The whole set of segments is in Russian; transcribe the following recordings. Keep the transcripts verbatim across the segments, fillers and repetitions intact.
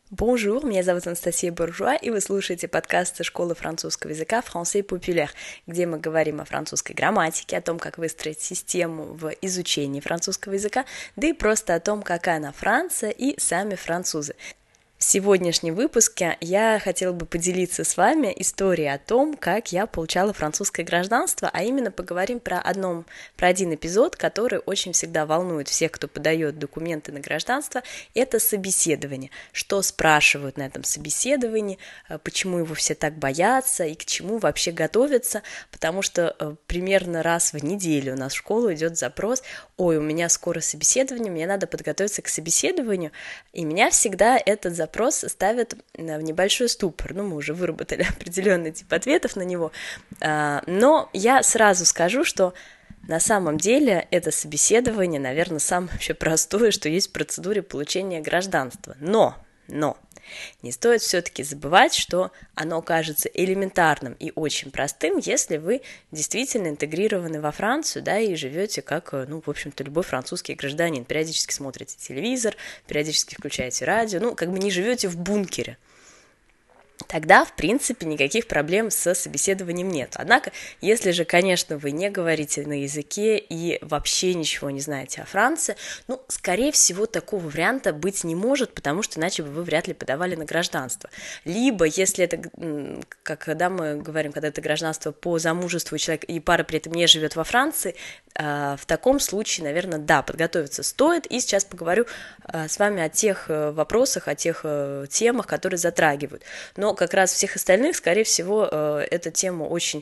Bonjour, меня зовут Анастасия Буржуа, и вы слушаете подкаст школы французского языка «Français Populaire», где мы говорим о французской грамматике, о том, как выстроить систему в изучении французского языка, да и просто о том, какая она Франция и сами французы. В сегодняшнем выпуске я хотела бы поделиться с вами историей о том, как я получала французское гражданство, а именно поговорим про, одном, про один эпизод, который очень всегда волнует всех, кто подает документы на гражданство, это собеседование. Что спрашивают на этом собеседовании, почему его все так боятся и к чему вообще готовятся, потому что примерно раз в неделю у нас в школу идет запрос: ой, у меня скоро собеседование, мне надо подготовиться к собеседованию, и меня всегда этот запрос Вопрос ставит в небольшой ступор, ну, мы уже выработали определенный тип ответов на него, но я сразу скажу, что на самом деле это собеседование, наверное, самое вообще простое, что есть в процедуре получения гражданства, но, но, не стоит все-таки забывать, что оно кажется элементарным и очень простым, если вы действительно интегрированы во Францию, да, и живете как, ну, в общем-то, любой французский гражданин. Периодически смотрите телевизор, периодически включаете радио, ну, как бы не живете в бункере. Тогда, в принципе, никаких проблем с собеседованием нет. Однако, если же, конечно, вы не говорите на языке и вообще ничего не знаете о Франции, ну, скорее всего, такого варианта быть не может, потому что иначе бы вы вряд ли подавали на гражданство. Либо, если это, как когда мы говорим, когда это гражданство по замужеству, и человек, и пара при этом не живет во Франции, в таком случае, наверное, да, подготовиться стоит. И сейчас поговорю с вами о тех вопросах, о тех темах, которые затрагивают. Но как раз всех остальных, скорее всего, эта тема очень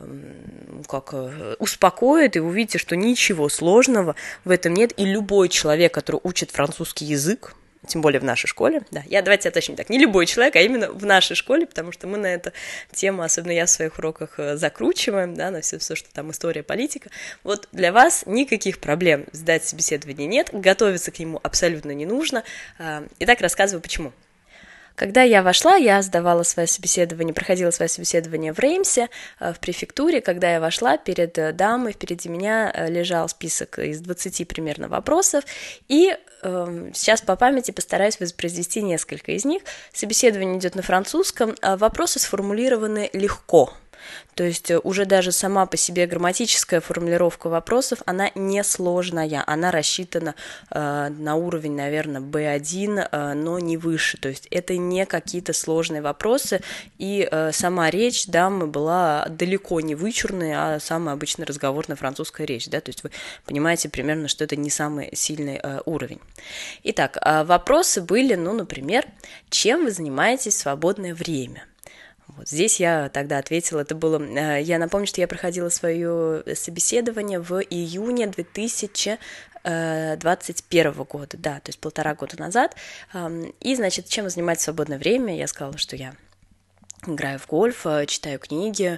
как, успокоит, и вы увидите, что ничего сложного в этом нет. И любой человек, который учит французский язык, тем более в нашей школе, да, я, давайте уточним так, не любой человек, а именно в нашей школе, потому что мы на эту тему, особенно я в своих уроках, закручиваем, да, на все, все, что там история, политика. Вот для вас никаких проблем сдать собеседование нет, готовиться к нему абсолютно не нужно. Итак, рассказываю, почему. Когда я вошла, я сдавала свое собеседование, проходила свое собеседование в Реймсе, в префектуре. Когда я вошла, перед дамой, впереди меня лежал список из двадцати примерно вопросов, и э, сейчас по памяти постараюсь воспроизвести несколько из них. Собеседование идет на французском, а вопросы сформулированы легко. То есть уже даже сама по себе грамматическая формулировка вопросов, она несложная, она рассчитана э, на уровень, наверное, би один, э, но не выше. То есть это не какие-то сложные вопросы, и э, сама речь дамы была далеко не вычурной, а самая обычная разговорная французская речь. Да? То есть вы понимаете примерно, что это не самый сильный э, уровень. Итак, э, вопросы были, ну, например, чем вы занимаетесь в свободное время? Вот здесь я тогда ответила, это было, я напомню, что я проходила свое собеседование в июне две тысячи двадцать первого года, да, то есть полтора года назад, и, значит, чем занимать в свободное время, я сказала, что я играю в гольф, читаю книги,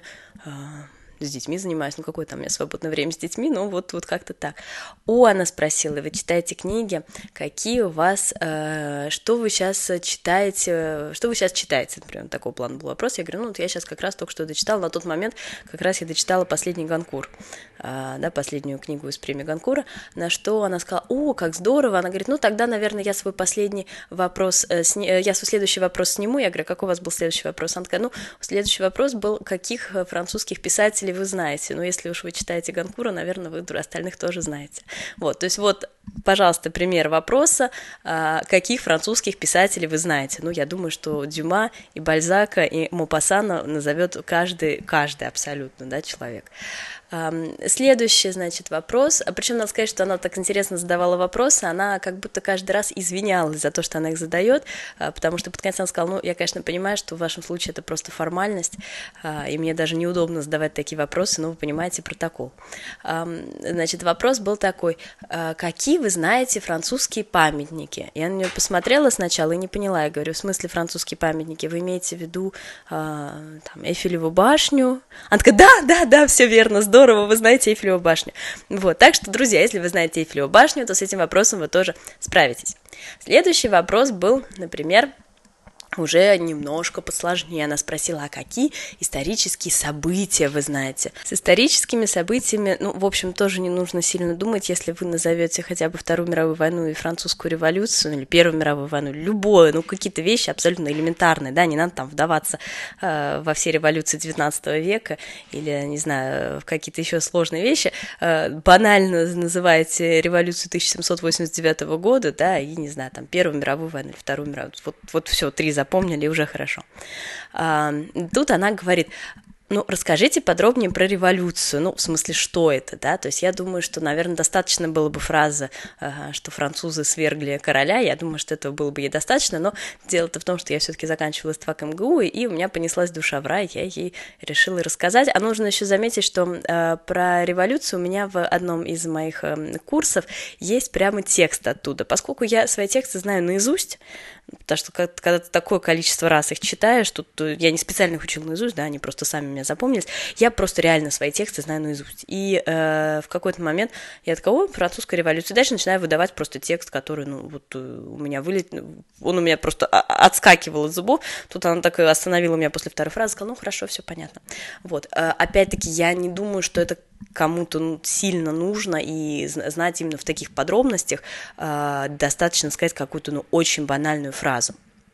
с детьми занимаюсь, ну, какое там у меня свободное время с детьми, ну, вот, вот как-то так. О, она спросила, вы читаете книги, какие у вас, э, что вы сейчас читаете, что вы сейчас читаете, например, такого плана был вопрос, я говорю, ну, вот я сейчас как раз только что дочитала, на тот момент как раз я дочитала «Последний Гонкур», э, да, последнюю книгу из премии Гонкура, на что она сказала, о, как здорово, она говорит, ну, тогда, наверное, я свой последний вопрос, э, сни... я свой следующий вопрос сниму, я говорю, какой у вас был следующий вопрос? Она такая, ну, следующий вопрос был, каких французских писателей вы знаете, но если уж вы читаете Гонкура, наверное, вы остальных тоже знаете. Вот, то есть вот, пожалуйста, пример вопроса, каких французских писателей вы знаете. Ну, я думаю, что Дюма и Бальзака и Мопассана назовет каждый, каждый абсолютно, да, человек. Следующий, значит, вопрос, причем надо сказать, что она так интересно задавала вопросы, она как будто каждый раз извинялась за то, что она их задает, потому что под конец она сказала, ну, я, конечно, понимаю, что в вашем случае это просто формальность, и мне даже неудобно задавать такие вопросы, но вы понимаете протокол. Значит, вопрос был такой, какие вы знаете французские памятники? Я на нее посмотрела сначала и не поняла, я говорю, в смысле французские памятники, вы имеете в виду там, Эйфелеву башню? Она такая, да, да, да, все верно, здорово. Здорово, вы знаете Эйфелеву башню. Вот, так что, друзья, если вы знаете Эйфелеву башню, то с этим вопросом вы тоже справитесь. Следующий вопрос был, например, уже немножко посложнее. Она спросила, а какие исторические события вы знаете? С историческими событиями, ну, в общем, тоже не нужно сильно думать, если вы назовете хотя бы Вторую мировую войну и Французскую революцию, или Первую мировую войну, любое, ну, какие-то вещи абсолютно элементарные, да, не надо там вдаваться э, во все революции девятнадцатого века или, не знаю, в какие-то еще сложные вещи. Э, банально называете революцию тысяча семьсот восемьдесят девятого года, да, и, не знаю, там, Первую мировую войну или Вторую мировую, вот, вот все, три запомнили, уже хорошо. А, тут она говорит, ну, расскажите подробнее про революцию, ну, в смысле, что это, да, то есть я думаю, что, наверное, достаточно было бы фразы, что французы свергли короля, я думаю, что этого было бы ей достаточно, но дело-то в том, что я все-таки заканчивала ИСТФАК МГУ, и у меня понеслась душа в рай, я ей решила рассказать, а нужно еще заметить, что э, про революцию у меня в одном из моих э, курсов есть прямо текст оттуда, поскольку я свои тексты знаю наизусть, потому что когда ты такое количество раз их читаешь, тут я не специально их учила наизусть, да, они просто сами у меня запомнились, я просто реально свои тексты знаю наизусть. И э, в какой-то момент я такая, о, французская революция, дальше начинаю выдавать просто текст, который, ну, вот у меня вылет, он у меня просто отскакивал от зубов, тут она так остановила меня после второй фразы, сказала, ну, хорошо, все понятно. Вот, опять-таки, я не думаю, что это кому-то сильно нужно, и знать именно в таких подробностях э, достаточно сказать какую-то, ну, очень банальную фразу.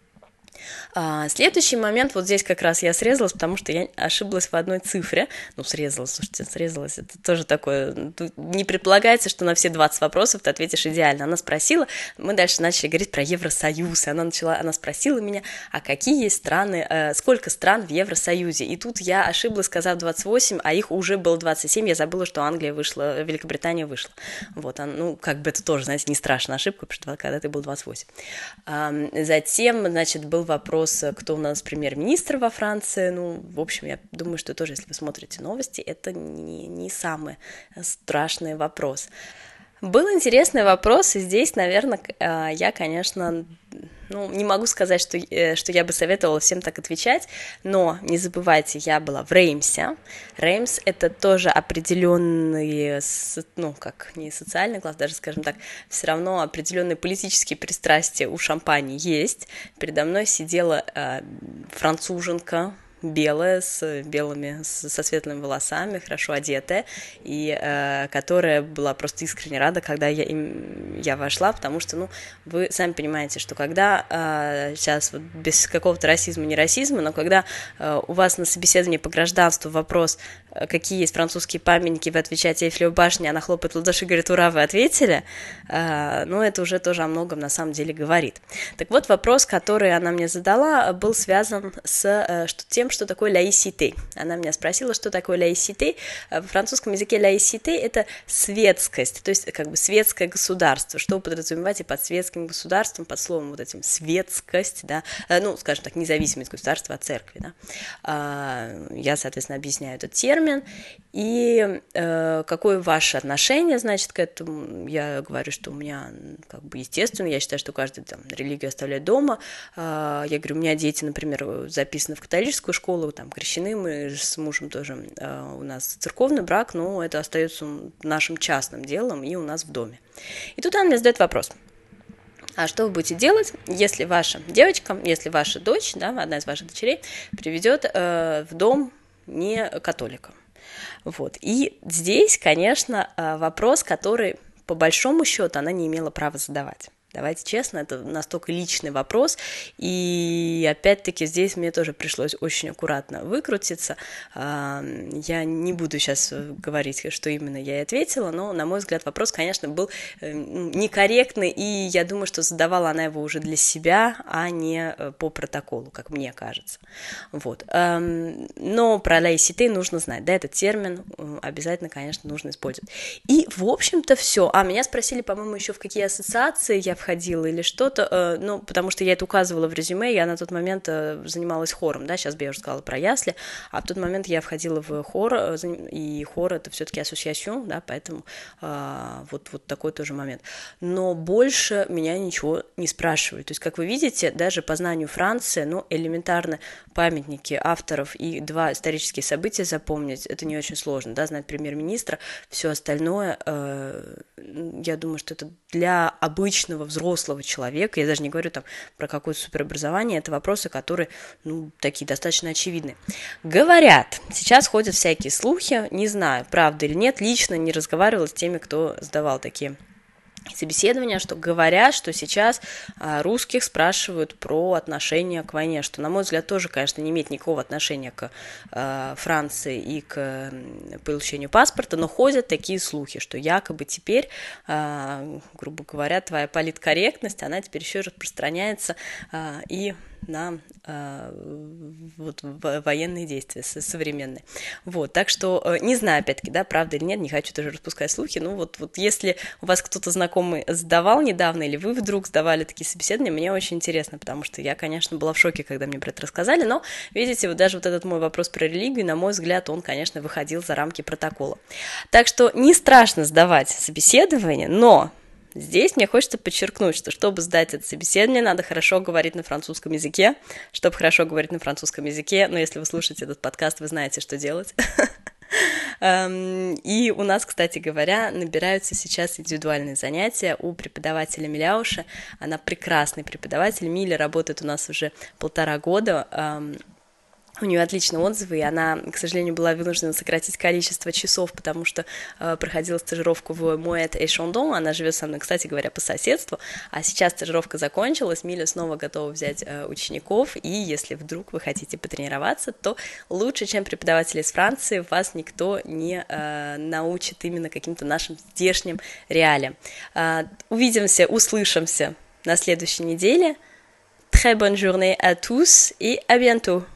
А, следующий момент, вот здесь как раз я срезалась, потому что я ошиблась в одной цифре. Ну, срезалась, слушайте, срезалась, это тоже такое... Тут не предполагается, что на все двадцать вопросов ты ответишь идеально. Она спросила, мы дальше начали говорить про Евросоюз, и она начала, она спросила меня, а какие есть страны, э, сколько стран в Евросоюзе? И тут я ошиблась, сказав двадцать восемь, а их уже было двадцать семь, я забыла, что Англия вышла, Великобритания вышла. Вот, ну, как бы это тоже, знаете, не страшная ошибка, потому что когда ты был двадцать восемь. А, затем, значит, был вопрос, кто у нас премьер-министр во Франции. Ну, в общем, я думаю, что тоже, если вы смотрите новости, это не, не самый страшный вопрос. Был интересный вопрос, и здесь, наверное, я, конечно, ну, не могу сказать, что, что я бы советовала всем так отвечать, но не забывайте, я была в Реймсе. Реймс — это тоже определенный, ну, как не социальный класс, даже, скажем так, все равно определенные политические пристрастия у Шампани есть. Передо мной сидела э, француженка, белая, с белыми, с, со светлыми волосами, хорошо одетая, и э, которая была просто искренне рада, когда я, им, я вошла, потому что, ну, вы сами понимаете, что когда э, сейчас вот без какого-то расизма, не расизма, но когда э, у вас на собеседовании по гражданству вопрос, какие есть французские памятники, вы отвечаете Эйфелева башня, она хлопает в ладоши и говорит, ура, вы ответили, э, ну, это уже тоже о многом на самом деле говорит. Так вот, вопрос, который она мне задала, был связан с э, что, тем, что такое laïcité. Она меня спросила, что такое laïcité. В французском языке laïcité — это светскость, то есть как бы светское государство. Что вы подразумеваете под светским государством, под словом вот этим светскость, да, ну, скажем так, независимость государства от церкви, да. Я, соответственно, объясняю этот термин. И э, какое ваше отношение, значит, к этому? Я говорю, что у меня, как бы, естественно, я считаю, что каждый там религию оставляет дома. Э, я говорю, у меня дети, например, записаны в католическую школу, там, крещены, мы с мужем тоже, э, у нас церковный брак, но это остается нашим частным делом и у нас в доме. И тут она мне задает вопрос. А что вы будете делать, если ваша девочка, если ваша дочь, да, одна из ваших дочерей, приведет э, в дом не католика? Вот. И здесь, конечно, вопрос, который, по большому счету, она не имела права задавать. Давайте честно, это настолько личный вопрос, и опять-таки здесь мне тоже пришлось очень аккуратно выкрутиться. Я не буду сейчас говорить, что именно я ей ответила, но, на мой взгляд, вопрос, конечно, был некорректный, и я думаю, что задавала она его уже для себя, а не по протоколу, как мне кажется. Вот. Но про laïcité нужно знать, да, этот термин обязательно, конечно, нужно использовать. И, в общем-то, все. А, меня спросили, по-моему, еще в какие ассоциации я входила или что-то, ну, потому что я это указывала в резюме, я на тот момент занималась хором, да, сейчас бы я уже сказала про ясли, а в тот момент я входила в хор, и хор — это все-таки ассоциация, да, поэтому вот, вот такой тоже момент. Но больше меня ничего не спрашивают, то есть, как вы видите, даже по знанию Франции, ну, элементарно памятники авторов и два исторические события запомнить, это не очень сложно, да, знать премьер-министра, все остальное, я думаю, что это для обычного взрослого человека, я даже не говорю там про какое-то суперобразование, это вопросы, которые, ну, такие достаточно очевидны. Говорят, сейчас ходят всякие слухи, не знаю, правда или нет, лично не разговаривала с теми, кто сдавал такие собеседования, что говорят, что сейчас а, русских спрашивают про отношение к войне, что, на мой взгляд, тоже, конечно, не имеет никакого отношения к а, Франции и к а, получению паспорта, но ходят такие слухи, что якобы теперь, а, грубо говоря, твоя политкорректность, она теперь еще распространяется а, и на э, вот, военные действия современные. Вот, так что не знаю, опять-таки, да, правда или нет, не хочу тоже распускать слухи, ну вот, вот если у вас кто-то знакомый сдавал недавно, или вы вдруг сдавали такие собеседования, мне очень интересно, потому что я, конечно, была в шоке, когда мне про это рассказали, но, видите, вот даже вот этот мой вопрос про религию, на мой взгляд, он, конечно, выходил за рамки протокола. Так что не страшно сдавать собеседование, но здесь мне хочется подчеркнуть, что чтобы сдать это собеседование, надо хорошо говорить на французском языке. Чтобы хорошо говорить на французском языке, но если вы слушаете этот подкаст, вы знаете, что делать. И у нас, кстати говоря, набираются сейчас индивидуальные занятия у преподавателя Миляуша. Она прекрасный преподаватель. Миля работает у нас уже полтора года. У нее отличные отзывы, и она, к сожалению, была вынуждена сократить количество часов, потому что э, проходила стажировку в Moet et Chandon, она живет со мной, кстати говоря, по соседству, а сейчас стажировка закончилась, Миля снова готова взять э, учеников, и если вдруг вы хотите потренироваться, то лучше, чем преподаватели из Франции, вас никто не э, научит именно каким-то нашим здешним реалиям. Э, увидимся, услышимся на следующей неделе. Très bonne journée à tous et à bientôt!